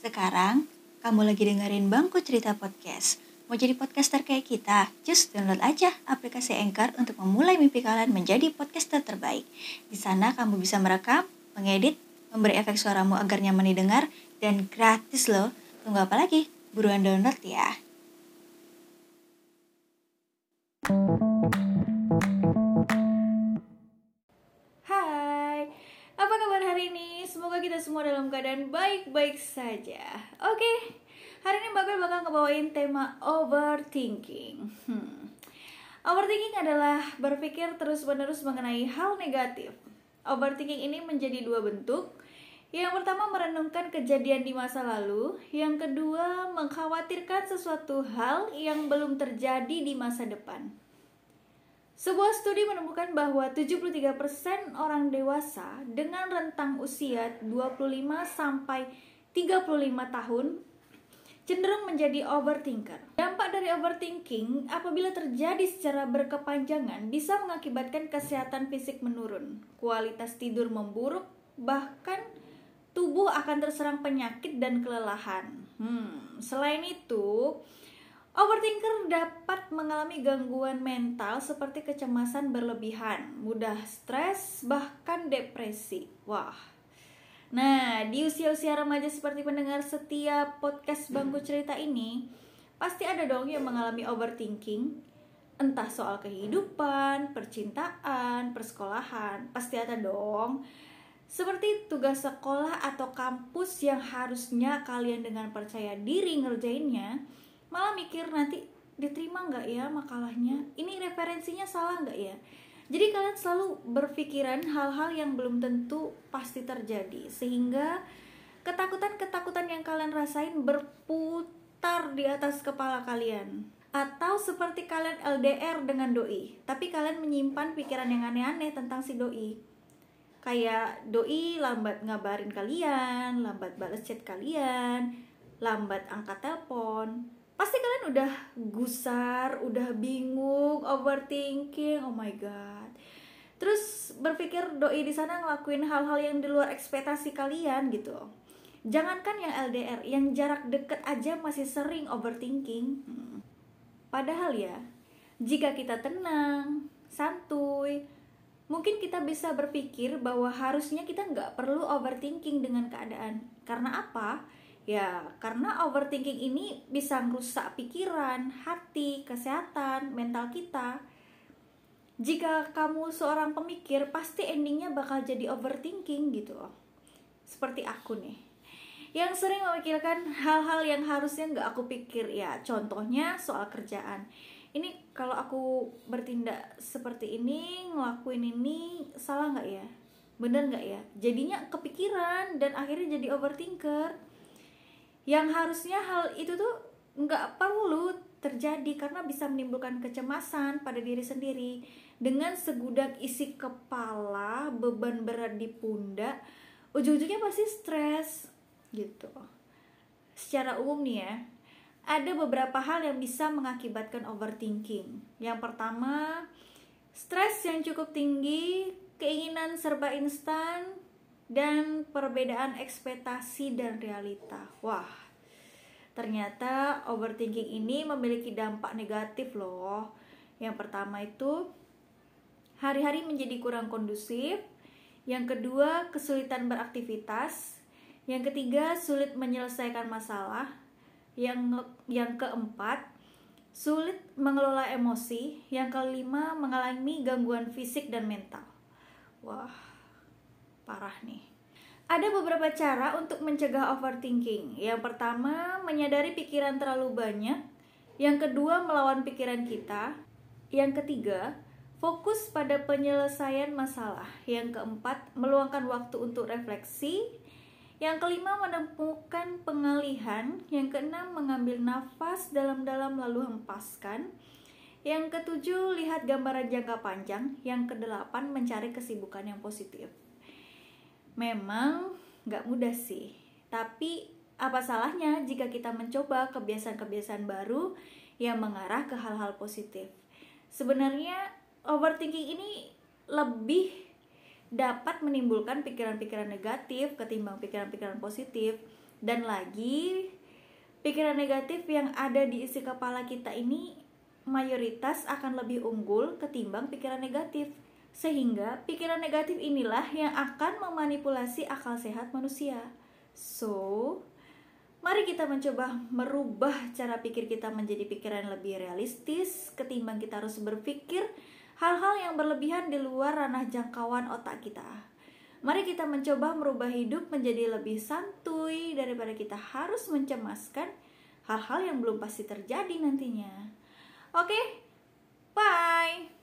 Sekarang, kamu lagi dengerin Bangku Cerita Podcast. Mau jadi podcaster kayak kita? Just download aja aplikasi Anchor untuk memulai mimpi kalian menjadi podcaster terbaik. Di sana kamu bisa merekam, mengedit, memberi efek suaramu agar nyaman didengar, dan gratis loh. Tunggu apa lagi? Buruan download ya. Hai, apa kabar hari ini? Semoga kita semua dalam keadaan baik-baik saja. Oke, hari ini bakal ngebawain tema overthinking. Overthinking adalah berpikir terus-menerus mengenai hal negatif. Overthinking ini menjadi dua bentuk. Yang pertama merenungkan kejadian di masa lalu. Yang kedua mengkhawatirkan sesuatu hal yang belum terjadi di masa depan. Sebuah studi menemukan bahwa 73% orang dewasa dengan rentang usia 25 sampai 35 tahun cenderung menjadi overthinker. Dampak dari overthinking apabila terjadi secara berkepanjangan bisa mengakibatkan kesehatan fisik menurun, kualitas tidur memburuk, bahkan tubuh akan terserang penyakit dan kelelahan. Selain itu, overthinker dapat mengalami gangguan mental seperti kecemasan berlebihan, mudah stres, bahkan depresi. Nah, di usia-usia remaja seperti pendengar setiap podcast Bangku Cerita ini, pasti ada dong yang mengalami overthinking. Entah soal kehidupan, percintaan, persekolahan, pasti ada dong. Seperti tugas sekolah atau kampus yang harusnya kalian dengan percaya diri ngerjainnya, malah mikir nanti diterima nggak ya makalahnya, ini referensinya salah nggak ya. Jadi kalian selalu berpikiran hal-hal yang belum tentu pasti terjadi, sehingga ketakutan-ketakutan yang kalian rasain berputar di atas kepala kalian. Atau seperti kalian LDR dengan doi, tapi kalian menyimpan pikiran yang aneh-aneh tentang si doi. Kayak doi lambat ngabarin kalian, lambat balas chat kalian, lambat angkat telepon. Pasti kalian udah gusar, udah bingung, overthinking, oh my god. Terus berpikir doi di sana ngelakuin hal-hal yang di luar ekspektasi kalian gitu. Jangankan yang LDR, yang jarak deket aja masih sering overthinking. Padahal ya, jika kita tenang, santuy, mungkin kita bisa berpikir bahwa harusnya kita nggak perlu overthinking dengan keadaan. Karena apa? Ya, karena overthinking ini bisa merusak pikiran, hati, kesehatan, mental kita. Jika kamu seorang pemikir, pasti endingnya bakal jadi overthinking gitu. Seperti aku nih, yang sering memikirkan hal-hal yang harusnya nggak aku pikir. Ya, contohnya soal kerjaan. Ini kalau aku bertindak seperti ini, ngelakuin ini, salah nggak ya? Bener nggak ya? Jadinya kepikiran dan akhirnya jadi overthinker. Yang harusnya hal itu tuh nggak perlu terjadi karena bisa menimbulkan kecemasan pada diri sendiri. Dengan segudang isi kepala, beban berat di pundak, ujung-ujungnya pasti stres gitu. Secara umum nih ya, ada beberapa hal yang bisa mengakibatkan overthinking. Yang pertama, stres yang cukup tinggi, keinginan serba instan, dan perbedaan ekspektasi dan realita. Ternyata overthinking ini memiliki dampak negatif loh. Yang pertama itu, hari-hari menjadi kurang kondusif. Yang kedua, kesulitan beraktivitas. Yang ketiga, sulit menyelesaikan masalah. Yang keempat, sulit mengelola emosi. Yang kelima, mengalami gangguan fisik dan mental. Parah nih. Ada beberapa cara untuk mencegah overthinking. Yang pertama, menyadari pikiran terlalu banyak. Yang kedua, melawan pikiran kita. Yang ketiga, fokus pada penyelesaian masalah. Yang keempat, meluangkan waktu untuk refleksi. Yang kelima, menemukan pengalihan. Yang keenam, mengambil nafas dalam-dalam lalu hempaskan. Yang ketujuh, lihat gambaran jangka panjang. Yang kedelapan, mencari kesibukan yang positif. Memang gak mudah sih, tapi apa salahnya jika kita mencoba kebiasaan-kebiasaan baru yang mengarah ke hal-hal positif. Sebenarnya overthinking ini lebih dapat menimbulkan pikiran-pikiran negatif ketimbang pikiran-pikiran positif. Dan lagi, pikiran negatif yang ada di isi kepala kita ini mayoritas akan lebih unggul ketimbang pikiran negatif. Sehingga pikiran negatif inilah yang akan memanipulasi akal sehat manusia. So, mari kita mencoba merubah cara pikir kita menjadi pikiran yang lebih realistis ketimbang kita harus berpikir hal-hal yang berlebihan di luar ranah jangkauan otak kita. Mari kita mencoba merubah hidup menjadi lebih santuy daripada kita harus mencemaskan hal-hal yang belum pasti terjadi nantinya. Oke, bye!